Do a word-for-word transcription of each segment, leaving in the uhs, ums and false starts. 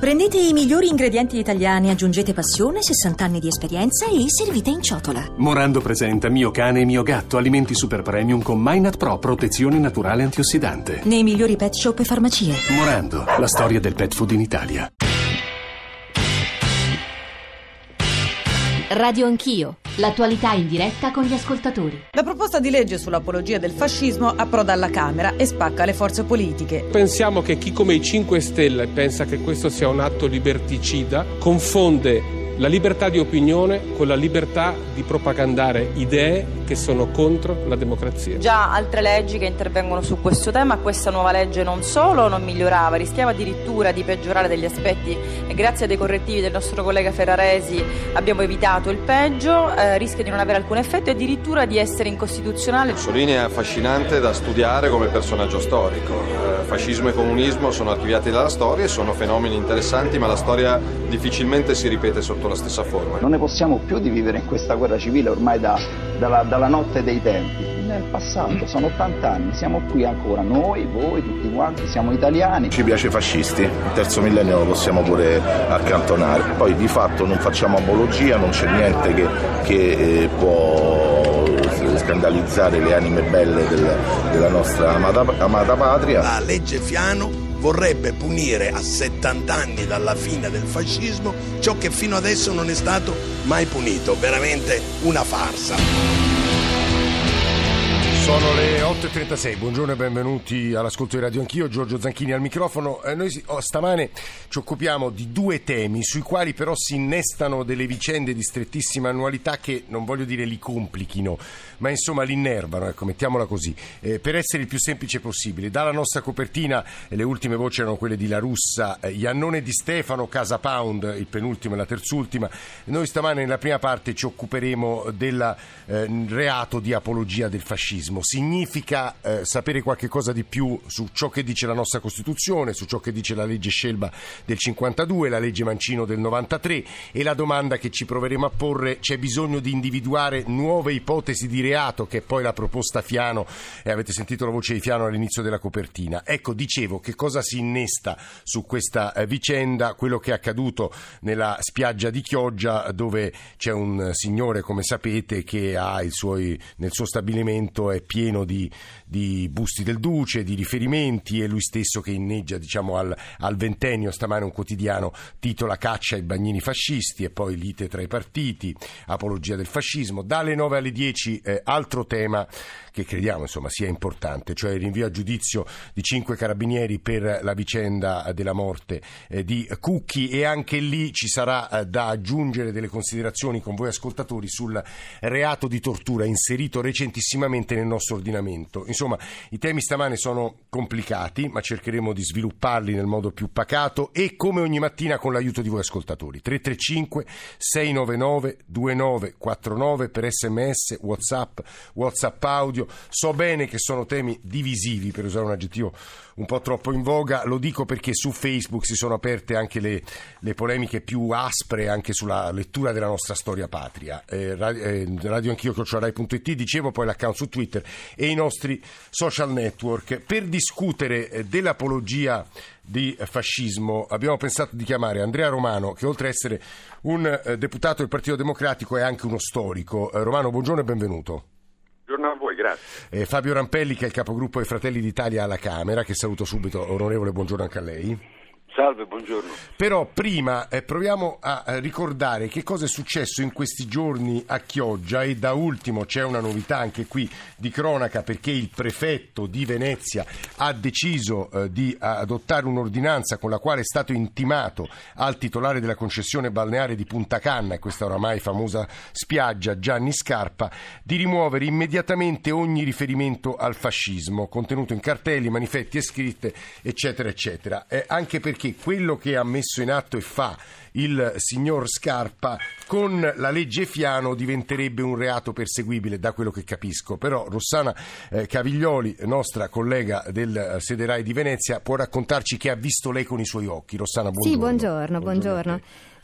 Prendete i migliori ingredienti italiani, aggiungete passione, sessanta anni di esperienza e servite in ciotola. Morando presenta Mio cane e mio gatto, alimenti super premium con Mynat Pro, protezione naturale antiossidante. Nei migliori pet shop e farmacie. Morando, la storia del pet food in Italia. Radio Anch'io, l'attualità in diretta con gli ascoltatori. La proposta di legge sull'apologia del fascismo approda alla Camera e spacca le forze politiche. Pensiamo che chi come i cinque Stelle pensa che questo sia un atto liberticida confonde la libertà di opinione con la libertà di propagandare idee che sono contro la democrazia. Già altre leggi che intervengono su questo tema, questa nuova legge non solo non migliorava, rischiava addirittura di peggiorare degli aspetti e grazie a dei correttivi del nostro collega Ferraresi abbiamo evitato il peggio, eh, rischia di non avere alcun effetto e addirittura di essere incostituzionale. Mussolini è affascinante da studiare come personaggio storico. Eh, fascismo e comunismo sono archiviati dalla storia e sono fenomeni interessanti, ma la storia difficilmente si ripete sotto la stessa forma. Non ne possiamo più di vivere in questa guerra civile ormai da, dalla, dalla notte dei tempi. Nel passato, sono ottanta anni, siamo qui ancora, noi, voi, tutti quanti, siamo italiani. Ci piace fascisti, il terzo millennio lo possiamo pure accantonare. Poi di fatto non facciamo apologia, non c'è niente che, che eh, può scandalizzare le anime belle del, della nostra amata, amata patria. La legge Fiano vorrebbe punire a settanta anni dalla fine del fascismo ciò che fino adesso non è stato mai punito, veramente una farsa. Sono le otto e trentasei, buongiorno e benvenuti all'ascolto di Radio Anch'io, Giorgio Zanchini al microfono. Eh, noi oh, stamane ci occupiamo di due temi sui quali però si innestano delle vicende di strettissima annualità che non voglio dire li complichino, ma insomma li innervano, ecco, mettiamola così, eh, per essere il più semplice possibile. Dalla nostra copertina eh, le ultime voci erano quelle di La Russa, eh, Iannone Di Stefano, Casa Pound, il penultimo e la terzultima. Noi stamane nella prima parte ci occuperemo del eh, reato di apologia del fascismo. Significa eh, sapere qualche cosa di più su ciò che dice la nostra Costituzione, su ciò che dice la legge Scelba del cinquantadue, la legge Mancino del novantatré, e la domanda che ci proveremo a porre: c'è bisogno di individuare nuove ipotesi di reato, che è poi la proposta Fiano, e avete sentito la voce di Fiano all'inizio della copertina. Ecco, dicevo, che cosa si innesta su questa eh, vicenda? Quello che è accaduto nella spiaggia di Chioggia, dove c'è un signore, come sapete, che ha i suoi, nel suo stabilimento è pieno di, di busti del Duce, di riferimenti, e lui stesso che inneggia, diciamo, al, al ventennio. Stamane un quotidiano titola "Caccia ai bagnini fascisti", e poi lite tra i partiti, apologia del fascismo. Dalle nove alle dieci eh, altro tema che crediamo insomma sia importante, cioè il rinvio a giudizio di cinque carabinieri per la vicenda della morte eh, di Cucchi, e anche lì ci sarà eh, da aggiungere delle considerazioni con voi ascoltatori sul reato di tortura inserito recentissimamente nel nostro ordinamento. Insomma, i temi stamane sono complicati, ma cercheremo di svilupparli nel modo più pacato e come ogni mattina con l'aiuto di voi ascoltatori. Tre tre cinque sei nove nove due nove quattro nove per sms, whatsapp, whatsapp audio. So bene che sono temi divisivi, per usare un aggettivo un po' troppo in voga, lo dico perché su Facebook si sono aperte anche le, le polemiche più aspre anche sulla lettura della nostra storia patria. Eh, radio, eh, radio Anch'io, chiocciola rai punto it, dicevo, poi l'account su Twitter e i nostri social network. Per discutere eh, dell'apologia di fascismo abbiamo pensato di chiamare Andrea Romano, che oltre a essere un eh, deputato del Partito Democratico è anche uno storico. Eh, Romano, buongiorno e benvenuto. Buongiorno a voi, grazie. Eh, Fabio Rampelli, che è il capogruppo dei Fratelli d'Italia alla Camera, che saluto subito. Onorevole, buongiorno anche a lei. Salve, buongiorno. Però prima eh, proviamo a ricordare che cosa è successo in questi giorni a Chioggia, e da ultimo c'è una novità anche qui di cronaca, perché il prefetto di Venezia ha deciso eh, di adottare un'ordinanza con la quale è stato intimato al titolare della concessione balneare di Punta Canna, e questa oramai famosa spiaggia, Gianni Scarpa, di rimuovere immediatamente ogni riferimento al fascismo contenuto in cartelli, manifetti e scritte, eccetera eccetera. Eh, anche perché che quello che ha messo in atto e fa il signor Scarpa con la legge Fiano diventerebbe un reato perseguibile, da quello che capisco. Però Rossana eh, Caviglioli, nostra collega del Sede Rai di Venezia, può raccontarci che ha visto lei con i suoi occhi. Rossana, buongiorno. Sì, buongiorno, buongiorno. buongiorno.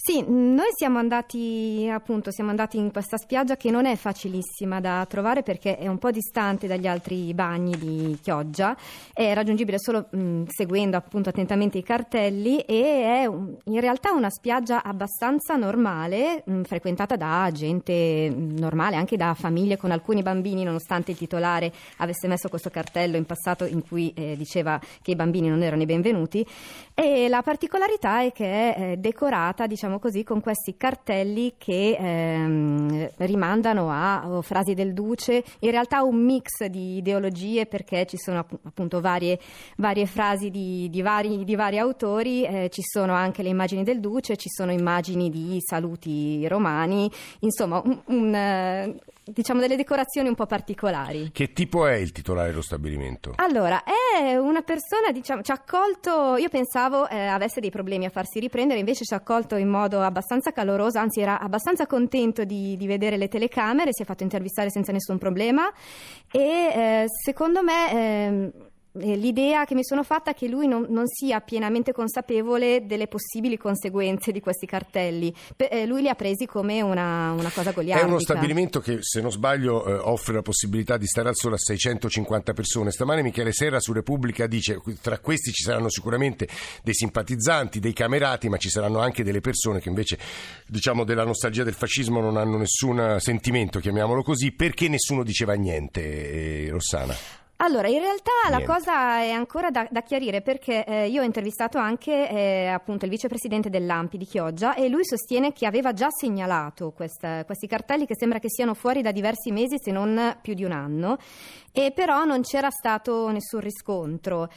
Sì, noi siamo andati appunto siamo andati in questa spiaggia che non è facilissima da trovare perché è un po' distante dagli altri bagni di Chioggia, è raggiungibile solo mh, seguendo appunto attentamente i cartelli e è un, in realtà una spiaggia abbastanza normale, mh, frequentata da gente normale, anche da famiglie con alcuni bambini, nonostante il titolare avesse messo questo cartello in passato in cui eh, diceva che i bambini non erano i benvenuti. E la particolarità è che è eh, decorata, diciamo così, con questi cartelli che ehm, rimandano a oh, frasi del Duce, in realtà un mix di ideologie perché ci sono app- appunto varie, varie frasi di, di, vari, di vari autori, eh, ci sono anche le immagini del Duce, ci sono immagini di saluti romani, insomma un, un, eh, diciamo delle decorazioni un po' particolari. Che tipo è il titolare dello stabilimento? Allora, è una persona, diciamo, ci ha accolto, io pensavo eh, avesse dei problemi a farsi riprendere, invece ci ha accolto in modo abbastanza caloroso, anzi era abbastanza contento di, di vedere le telecamere, si è fatto intervistare senza nessun problema e eh, secondo me eh, l'idea che mi sono fatta è che lui non, non sia pienamente consapevole delle possibili conseguenze di questi cartelli. Pe- eh, lui li ha presi come una, una cosa goliardica. È uno stabilimento che, se non sbaglio, eh, offre la possibilità di stare al sole a seicentocinquanta persone. Stamane Michele Serra su Repubblica dice tra questi ci saranno sicuramente dei simpatizzanti, dei camerati, ma ci saranno anche delle persone che invece, diciamo, della nostalgia del fascismo non hanno nessun sentimento, chiamiamolo così. Perché nessuno diceva niente, eh, Rossana? Allora, in realtà Niente. La cosa è ancora da, da chiarire perché eh, io ho intervistato anche eh, appunto il vicepresidente dell'A M P di Chioggia e lui sostiene che aveva già segnalato questa, questi cartelli che sembra che siano fuori da diversi mesi se non più di un anno e però non c'era stato nessun riscontro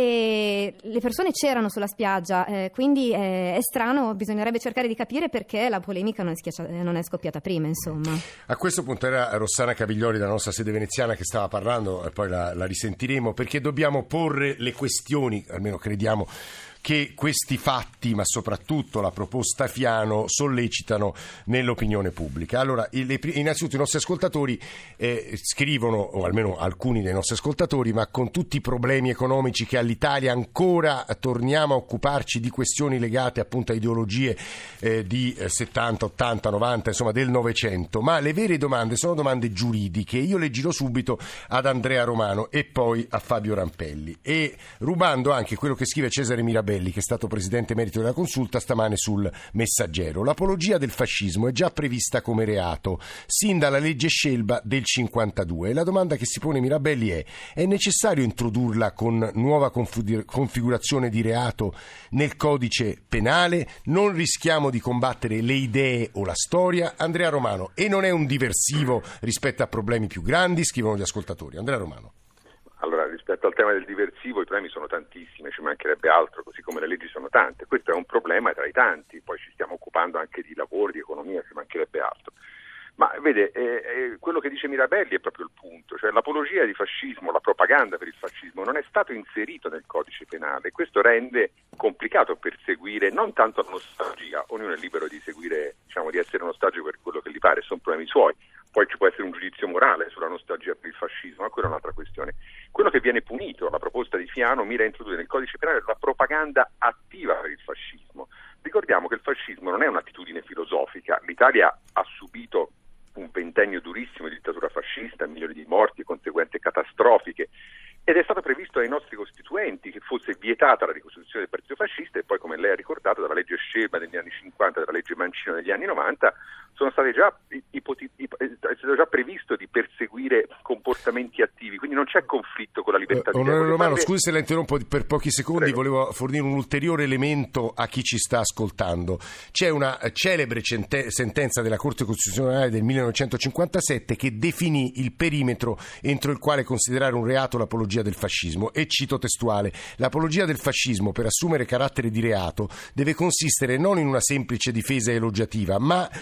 e le persone c'erano sulla spiaggia, eh, quindi eh, è strano, bisognerebbe cercare di capire perché la polemica non è, schiaccia, non è scoppiata prima, insomma. A questo punto era Rossana Caviglioli della nostra sede veneziana che stava parlando e poi la la risentiremo perché dobbiamo porre le questioni, almeno crediamo che questi fatti, ma soprattutto la proposta Fiano, sollecitano nell'opinione pubblica. Allora, innanzitutto i nostri ascoltatori eh, scrivono, o almeno alcuni dei nostri ascoltatori, ma con tutti i problemi economici che ha l'Italia ancora torniamo a occuparci di questioni legate appunto a ideologie eh, di settanta, ottanta, novanta, insomma del Novecento, ma le vere domande sono domande giuridiche. Io le giro subito ad Andrea Romano e poi a Fabio Rampelli e rubando anche quello che scrive Cesare Mirabelli, che è stato presidente emerito della Consulta stamane sul Messaggero. L'apologia del fascismo è già prevista come reato sin dalla legge Scelba del cinquantadue e la domanda che si pone Mirabelli è: è necessario introdurla con nuova configurazione di reato nel codice penale? Non rischiamo di combattere le idee o la storia? Andrea Romano, e non è un diversivo rispetto a problemi più grandi? Scrivono gli ascoltatori. Andrea Romano. Allora, rispetto al tema del diversivo, i problemi sono tantissimi, ci mancherebbe altro, così come le leggi sono tante. Questo è un problema tra i tanti, poi ci stiamo occupando anche di lavoro, di economia, ci mancherebbe altro. Ma vede, eh, eh, quello che dice Mirabelli è proprio il punto, cioè l'apologia di fascismo, la propaganda per il fascismo non è stato inserito nel codice penale. Questo rende complicato perseguire non tanto la nostalgia, ognuno è libero di seguire, diciamo, di essere nostalgico per quello che gli pare, sono problemi suoi. Poi ci può essere un giudizio morale sulla nostalgia per il fascismo, ma quella è un'altra questione. Quello che viene punito, la proposta di Fiano, mira a introdurre nel codice penale la propaganda attiva per il fascismo. Ricordiamo che il fascismo non è un'attitudine filosofica. L'Italia ha subito un ventennio durissimo di dittatura fascista, milioni di morti e conseguenze catastrofiche, ed è stato previsto dai nostri costituenti che fosse vietata la ricostituzione del partito fascista e poi, come lei ha ricordato, dalla legge Scelba degli anni cinquanta e dalla legge Mancino degli anni novanta sono state già ipoti- ip- è stato già previsto di perseguire comportamenti attivi, quindi non c'è conflitto con la libertà di Onorevole Romano, fare... scusi se la interrompo per pochi secondi. Prego. Volevo fornire un ulteriore elemento a chi ci sta ascoltando. C'è una celebre cente- sentenza della Corte Costituzionale del millenovecentocinquantasette che definì il perimetro entro il quale considerare un reato l'apologia del fascismo, e cito testuale: l'apologia del fascismo, per assumere carattere di reato, deve consistere non in una semplice difesa elogiativa, ma in una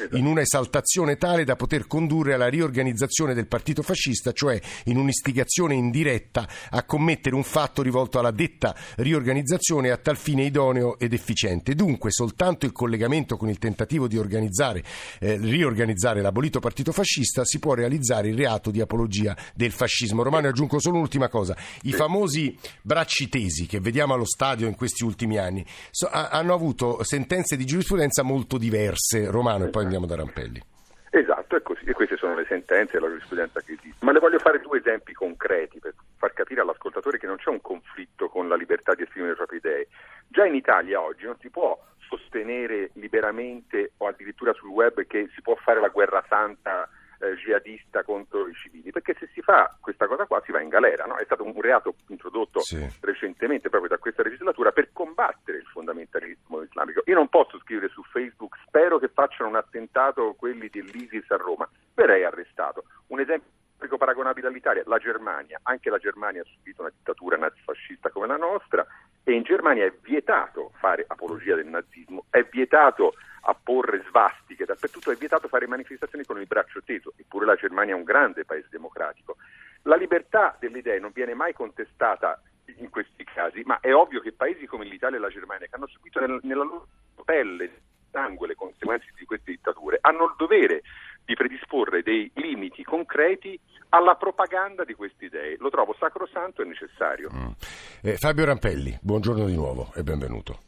esaltazione tale da poter condurre alla riorganizzazione del partito fascista, cioè in un'istigazione indiretta a commettere un fatto rivolto alla detta riorganizzazione a tal fine idoneo ed efficiente. Dunque soltanto il collegamento con il tentativo di organizzare, eh, riorganizzare l'abolito partito fascista si può realizzare il reato di apologia del fascismo. Romano, aggiungo solo un'ultima cosa: i famosi bracci tesi che vediamo allo stadio in questi ultimi anni so, ha, hanno avuto sentenze di giurisprudenza molto diverse. Romano, e poi andiamo da Rampelli. Esatto, è così, e queste sono le sentenze e la giurisprudenza che esiste. Ma le voglio fare due esempi concreti per far capire all'ascoltatore che non c'è un conflitto con la libertà di esprimere le proprie idee. Già in Italia oggi non si può sostenere liberamente o addirittura sul web che si può fare la guerra santa eh, jihadista contro i civili, perché se si fa questa cosa qua si va in galera, no? È stato un reato introdotto sì. recentemente proprio da questa legislatura per combattere il fondamentalismo islamico. Io non posso scrivere su Facebook spero che facciano un attentato quelli dell'ISIS a Roma, verrei arrestato. Un esempio paragonabile all'Italia, la Germania, anche la Germania ha subito una dittatura nazifascista come la nostra, e in Germania è vietato fare apologia del nazismo, è vietato apporre svastiche dappertutto, è vietato fare manifestazioni con il braccio teso, eppure la Germania è un grande paese democratico. La libertà delle idee non viene mai contestata in questi casi, ma è ovvio che paesi come l'Italia e la Germania, che hanno subito nel, nella loro pelle, sangue, le conseguenze di queste dittature, hanno il dovere di predisporre dei limiti concreti alla propaganda di queste idee. Lo trovo sacrosanto e necessario. Mm. Eh, Fabio Rampelli, buongiorno di nuovo e benvenuto.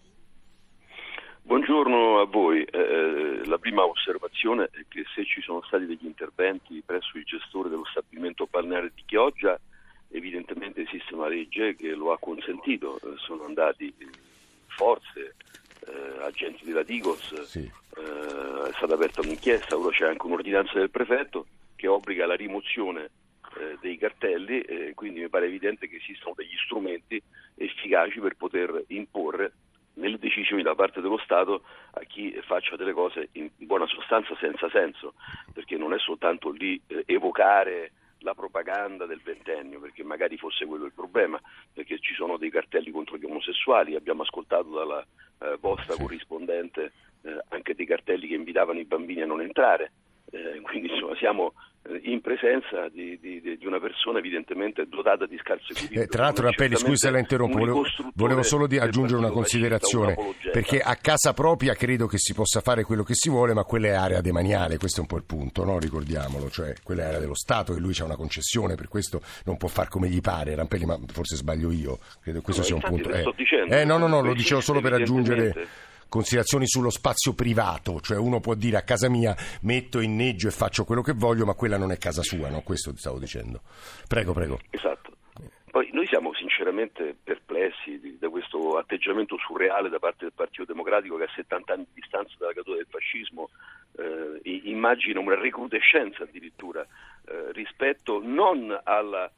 Buongiorno a voi. Eh, la prima osservazione è che se ci sono stati degli interventi presso il gestore dello stabilimento balneare di Chioggia, evidentemente esiste una legge che lo ha consentito. Eh, sono andati forze, eh, agenti della Digos, sì. eh, è stata aperta un'inchiesta, ora c'è anche un'ordinanza del prefetto che obbliga la rimozione eh, dei cartelli, eh, quindi mi pare evidente che esistono degli strumenti efficaci per poter imporre nelle decisioni da parte dello Stato a chi faccia delle cose in buona sostanza senza senso, perché non è soltanto lì eh, evocare la propaganda del ventennio, perché magari fosse quello il problema, perché ci sono dei cartelli contro gli omosessuali, abbiamo ascoltato dalla eh, vostra sì. corrispondente eh, anche dei cartelli che invitavano i bambini a non entrare, eh, quindi insomma siamo in presenza di, di, di una persona evidentemente dotata di scarso equilibrio. Eh, tra l'altro, Rappelli, scusi se la interrompo, volevo, volevo solo di aggiungere una considerazione, perché a casa propria credo che si possa fare quello che si vuole, ma quella è area demaniale, questo è un po' il punto, no? Ricordiamolo, cioè quella è area dello Stato e lui c'ha una concessione, per questo non può far come gli pare. Rampelli, ma forse sbaglio io, credo questo no, sia un punto. Eh, dicendo, eh no, no, no, lo dicevo solo per aggiungere considerazioni sullo spazio privato, cioè uno può dire a casa mia metto inneggio e faccio quello che voglio, ma quella non è casa sua, no? Questo ti stavo dicendo. Prego, prego. Esatto. Poi noi siamo sinceramente perplessi di, da questo atteggiamento surreale da parte del Partito Democratico, che a settanta anni di distanza dalla caduta del fascismo eh, immagina una recrudescenza addirittura eh, rispetto non alla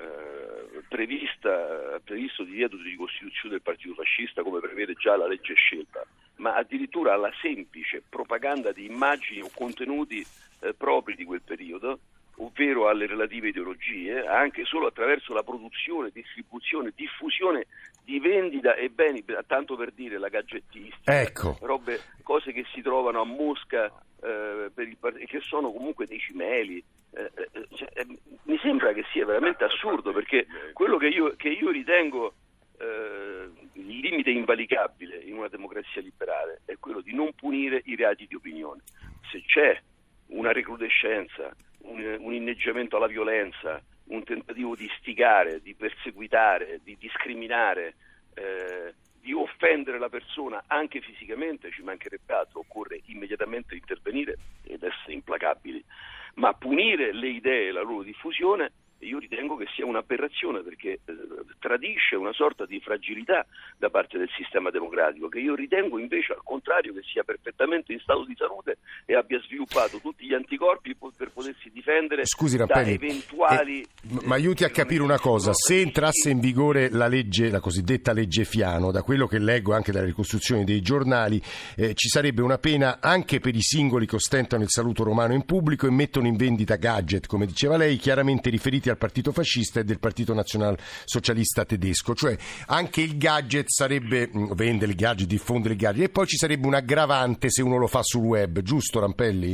eh, prevista previsto divieto di ricostituzione del partito fascista come prevede già la legge scelta, ma addirittura alla semplice propaganda di immagini o contenuti eh, propri di quel periodo, ovvero alle relative ideologie, anche solo attraverso la produzione, distribuzione, diffusione di vendita e beni, tanto per dire la gadgettistica, ecco. robe, cose che si trovano a Mosca eh, per il, che sono comunque dei cimeli. Eh, eh, cioè, eh, mi sembra che sia veramente assurdo, perché quello che io, che io ritengo eh, il limite invalicabile in una democrazia liberale è quello di non punire i reati di opinione. Se c'è una recrudescenza, un, un inneggiamento alla violenza, un tentativo di istigare, di perseguitare, di discriminare, eh, di offendere la persona anche fisicamente, ci mancherebbe altro, occorre immediatamente intervenire ed essere implacabili. Ma punire le idee e la loro diffusione io ritengo che sia un'aberrazione, perché eh, tradisce una sorta di fragilità da parte del sistema democratico, che io ritengo invece al contrario che sia perfettamente in stato di salute e abbia sviluppato tutti gli anticorpi per potersi difendere Scusi, da Rampelli, eventuali... Eh, ma aiuti a capire una cosa: se entrasse in vigore la legge, la cosiddetta legge Fiano, da quello che leggo anche dalle ricostruzioni dei giornali, eh, ci sarebbe una pena anche per i singoli che ostentano il saluto romano in pubblico e mettono in vendita gadget, come diceva lei, chiaramente riferiti al partito fascista e del partito nazionalsocialista tedesco, cioè anche il gadget sarebbe, vende il gadget, diffonde il gadget, e poi ci sarebbe un aggravante se uno lo fa sul web, giusto Rampelli?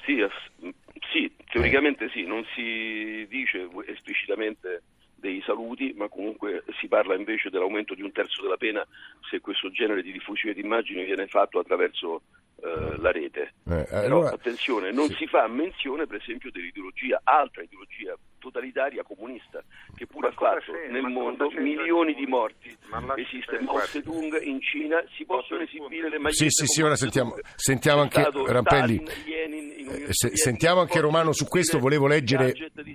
Sì, ass- sì, teoricamente sì, non si dice esplicitamente dei saluti, ma comunque si parla invece dell'aumento di un terzo della pena se questo genere di diffusione di immagini viene fatto attraverso eh, la rete. Eh, Però allora, attenzione, non sì. si fa menzione per esempio dell'ideologia, altra ideologia totalitaria comunista, che pure ha fatto nel mondo milioni di morti. Esiste Mao Zedong in Cina, si possono esibire le magliette. Sì, sì, sì, ora sentiamo, sentiamo anche Rampelli. Eh, se, sentiamo anche Romano su questo. Volevo leggere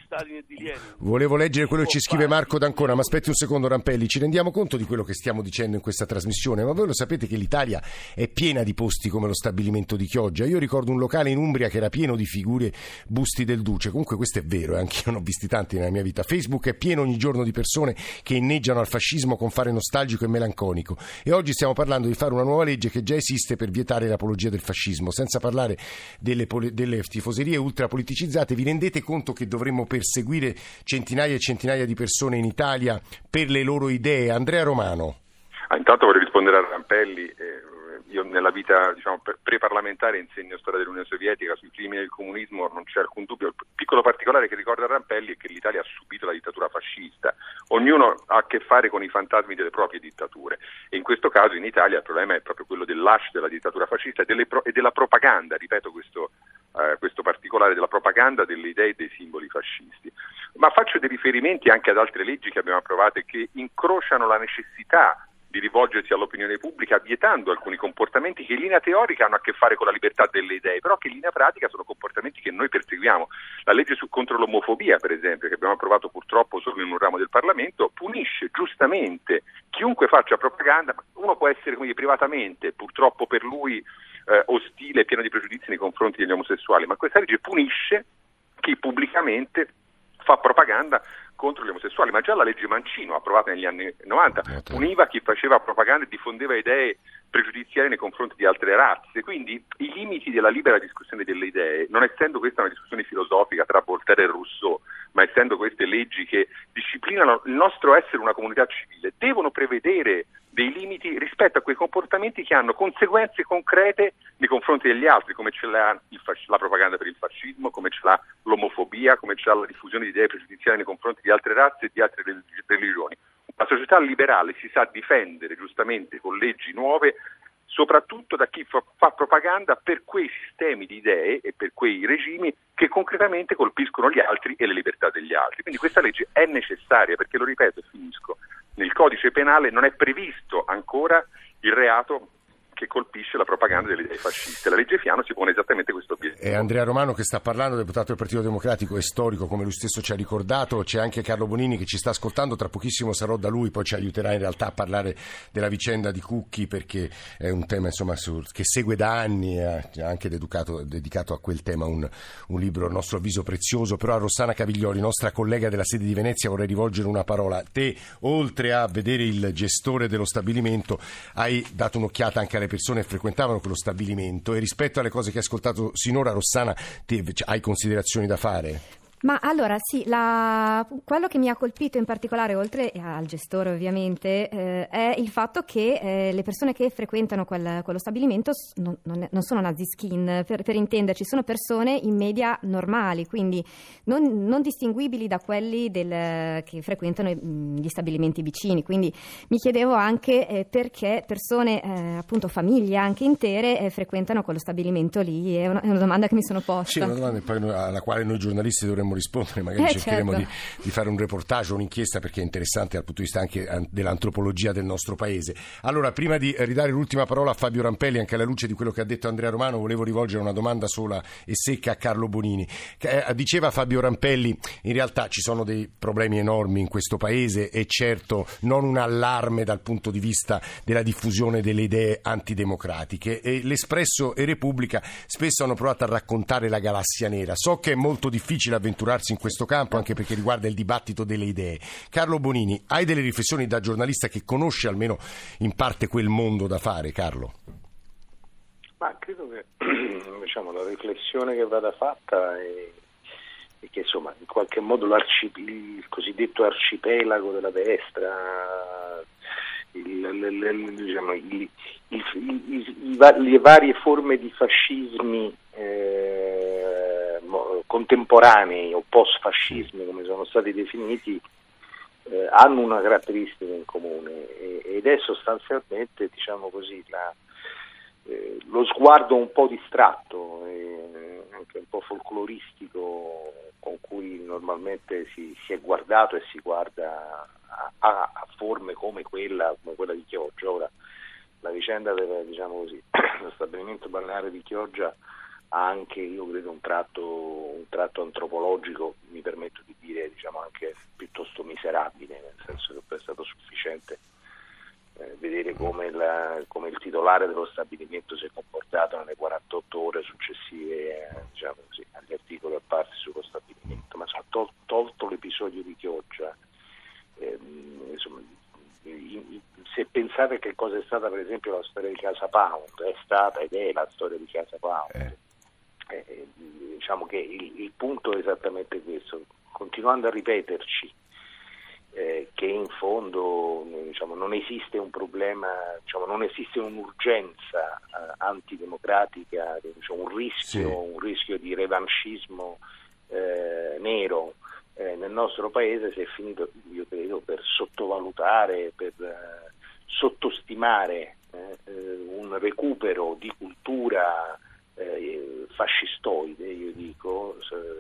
volevo leggere quello che ci scrive Marco D'Ancona, ma aspetti un secondo Rampelli, ci rendiamo conto di quello che stiamo dicendo in questa trasmissione? Ma voi lo sapete che l'Italia è piena di posti come lo stabilimento di Chioggia? Io ricordo un locale in Umbria che era pieno di figure, busti del Duce. Comunque questo è vero, eh? Anch'io ne ho visti tanti nella mia vita. Facebook è pieno ogni giorno di persone che inneggiano al fascismo con fare nostalgico e melanconico, e oggi stiamo parlando di fare una nuova legge che già esiste per vietare l'apologia del fascismo, senza parlare delle, delle tifoserie ultrapoliticizzate. Vi rendete conto che dovremmo perseguire centinaia e centinaia di persone in Italia per le loro idee? Andrea Romano. Ah, intanto vorrei rispondere a Rampelli. Eh, io nella vita diciamo, pre-parlamentare insegno storia dell'Unione Sovietica, sui crimini del comunismo non c'è alcun dubbio. Il piccolo particolare che ricorda Rampelli è che l'Italia ha subito la dittatura fascista. Ognuno ha a che fare con i fantasmi delle proprie dittature, e in questo caso in Italia il problema è proprio quello dell'ascito della dittatura fascista e, delle pro- e della propaganda, ripeto questo, eh, questo particolare, della propaganda delle idee e dei simboli fascisti. Ma faccio dei riferimenti anche ad altre leggi che abbiamo approvato e che incrociano la necessità di rivolgersi all'opinione pubblica vietando alcuni comportamenti che in linea teorica hanno a che fare con la libertà delle idee, però che in linea pratica sono comportamenti che noi perseguiamo. La legge su, contro l'omofobia, per esempio, che abbiamo approvato purtroppo solo in un ramo del Parlamento, punisce giustamente chiunque faccia propaganda. Uno può essere come dire, privatamente, purtroppo per lui, eh, ostile e pieno di pregiudizi nei confronti degli omosessuali, ma questa legge punisce chi pubblicamente fa propaganda contro gli omosessuali. Ma già la legge Mancino, approvata negli anni novanta, puniva chi faceva propaganda e diffondeva idee pregiudiziali nei confronti di altre razze. Quindi i limiti della libera discussione delle idee, non essendo questa una discussione filosofica tra Voltaire e Rousseau, ma essendo queste leggi che disciplinano il nostro essere una comunità civile, devono prevedere dei limiti rispetto a quei comportamenti che hanno conseguenze concrete nei confronti degli altri, come ce l'ha il fasc- la propaganda per il fascismo, come ce l'ha l'omofobia, come ce l'ha la diffusione di idee pregiudiziali nei confronti di altre razze e di altre religioni. La società liberale si sa difendere giustamente con leggi nuove, soprattutto da chi fa, fa propaganda per quei sistemi di idee e per quei regimi che concretamente colpiscono gli altri e le libertà degli altri. Quindi questa legge è necessaria perché, lo ripeto e finisco, nel codice penale non è previsto ancora il reato che colpisce la propaganda delle idee fasciste. La legge Fiano si pone esattamente questo obiettivo. È Andrea Romano che sta parlando, deputato del Partito Democratico e storico, come lui stesso ci ha ricordato. C'è anche Carlo Bonini che ci sta ascoltando, tra pochissimo sarò da lui, poi ci aiuterà in realtà a parlare della vicenda di Cucchi, perché è un tema insomma su, che segue da anni, e ha anche dedicato, dedicato a quel tema un, un libro a nostro avviso prezioso. Però a Rossana Caviglioli, nostra collega della sede di Venezia, vorrei rivolgere una parola. Te, oltre a vedere il gestore dello stabilimento, hai dato un'occhiata anche alle persone che frequentavano quello stabilimento, e rispetto alle cose che hai ascoltato sinora, Rossana, te hai considerazioni da fare? Ma allora sì, la, quello che mi ha colpito in particolare, oltre al gestore ovviamente, eh, è il fatto che eh, le persone che frequentano quel, quello stabilimento non, non, non sono naziskin, per, per intenderci, sono persone in media normali, quindi non, non distinguibili da quelli del, che frequentano gli stabilimenti vicini. Quindi mi chiedevo anche eh, perché persone, eh, appunto famiglie anche intere, eh, frequentano quello stabilimento lì. È una, è una domanda che mi sono posta. Sì, una domanda poi alla quale noi giornalisti dovremmo rispondere, magari eh, cercheremo certo. di, di fare un reportage o un'inchiesta, perché è interessante dal punto di vista anche dell'antropologia del nostro paese. Allora, prima di ridare l'ultima parola a Fabio Rampelli, anche alla luce di quello che ha detto Andrea Romano, volevo rivolgere una domanda sola e secca a Carlo Bonini. Eh, diceva Fabio Rampelli, in realtà ci sono dei problemi enormi in questo paese, e certo non un allarme dal punto di vista della diffusione delle idee antidemocratiche, e l'Espresso e Repubblica spesso hanno provato a raccontare la galassia nera. So che è molto difficile avventurarsi in questo campo, anche perché riguarda il dibattito delle idee. Carlo Bonini, hai delle riflessioni da giornalista che conosce almeno in parte quel mondo da fare, Carlo? Ma credo che diciamo, la riflessione che vada fatta è, è che insomma in qualche modo il cosiddetto arcipelago della destra, il, il, il, diciamo, il, il, il, il, i, le varie forme di fascismi eh, contemporanei o post-fascismi, come sono stati definiti, eh, hanno una caratteristica in comune e, ed è sostanzialmente, diciamo così, la, eh, lo sguardo un po' distratto e anche un po' folcloristico con cui normalmente si, si è guardato e si guarda a, a, a forme come quella, come quella di Chioggia. Ora, la vicenda del, diciamo così, lo stabilimento balneare di Chioggia ha anche, io credo, un tratto, un tratto antropologico, mi permetto di dire, diciamo anche piuttosto miserabile, nel senso che poi è stato sufficiente eh, vedere come, la, come il titolare dello stabilimento si è comportato nelle quarantotto ore successive eh, diciamo così, agli articoli apparsi sullo stabilimento. Ma insomma, tol- tolto l'episodio di Chioggia, ehm, insomma, se pensate che cosa è stata per esempio la storia di Casa Pound, è stata ed è la storia di Casa Pound, eh. Eh, diciamo che il, il punto è esattamente questo, continuando a ripeterci eh, che in fondo diciamo, non esiste un problema, diciamo, non esiste un'urgenza eh, antidemocratica, diciamo, un rischio, sì. un rischio di revanchismo eh, nero eh, nel nostro paese, si è finito, io credo, per sottovalutare, per eh, sottostimare eh, un recupero di cultura eh, fascistoide, io dico,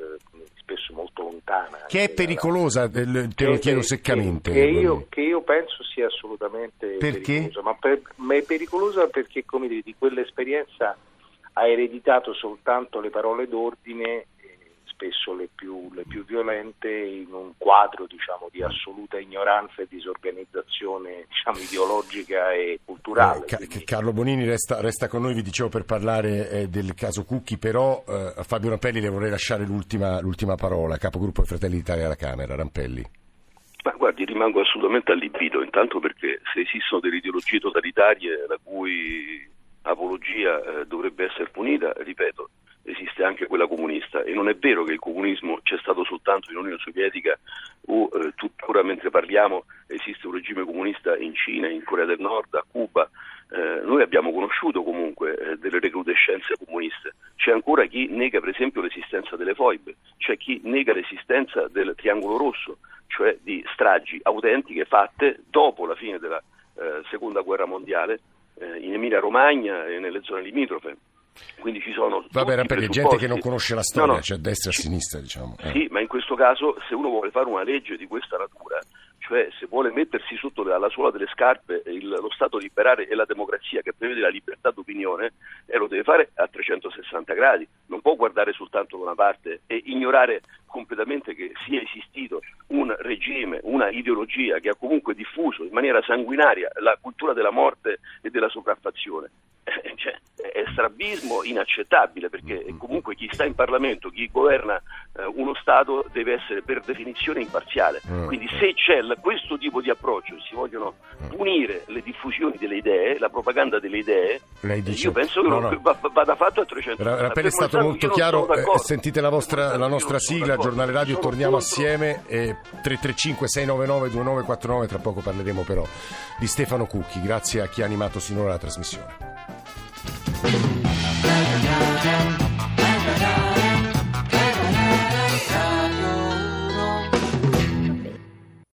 spesso molto lontana. Che è pericolosa, te lo chiedo seccamente. Che, che, io, che io penso sia assolutamente perché? pericolosa, ma, per, ma è pericolosa perché, come dire, di quell'esperienza ha ereditato soltanto le parole d'ordine, spesso le più, le più violente, in un quadro, diciamo, di assoluta ignoranza e disorganizzazione, diciamo, ideologica e culturale. Eh, Ca- Carlo Bonini resta, resta con noi, vi dicevo, per parlare eh, del caso Cucchi, però eh, a Fabio Rampelli le vorrei lasciare l'ultima, l'ultima parola, capogruppo Fratelli d'Italia alla Camera. Rampelli. Ma guardi, rimango assolutamente allibito, intanto perché se esistono delle ideologie totalitarie la cui apologia eh, dovrebbe essere punita, ripeto, esiste anche quella comunista, e non è vero che il comunismo c'è stato soltanto in Unione Sovietica o eh, tuttora mentre parliamo esiste un regime comunista in Cina, in Corea del Nord, a Cuba. Eh, noi abbiamo conosciuto comunque eh, delle recrudescenze comuniste. C'è ancora chi nega per esempio l'esistenza delle foibe, c'è chi nega l'esistenza del Triangolo Rosso, cioè di stragi autentiche fatte dopo la fine della eh, seconda guerra mondiale eh, in Emilia Romagna e nelle zone limitrofe. Quindi ci sono vabbè, Rampelli, gente che non conosce la storia, no, no. C'è a destra e a sinistra, diciamo. Eh. Sì, ma in questo caso se uno vuole fare una legge di questa natura, cioè se vuole mettersi sotto la, la suola delle scarpe il, lo Stato liberale e la democrazia che prevede la libertà d'opinione, eh, lo deve fare a trecentosessanta gradi, non può guardare soltanto da una parte e ignorare completamente che sia esistito un regime, una ideologia che ha comunque diffuso in maniera sanguinaria la cultura della morte e della sopraffazione. Eh, cioè, è strabismo inaccettabile, perché comunque chi sta in Parlamento, chi governa eh, uno Stato deve essere per definizione imparziale. Quindi se c'è l- questo tipo di approccio, si vogliono punire le diffusioni delle idee, la propaganda delle idee, dice, io penso che no, non no. va- vada fatto a trecento. Rampelli è stato molto chiaro, eh, sentite la, vostra, la nostra sigla, Giornale Radio, sono torniamo contro. assieme, eh, tre tre cinque sei nove nove due nove quattro nove, tra poco parleremo però di Stefano Cucchi, grazie a chi ha animato sinora la trasmissione.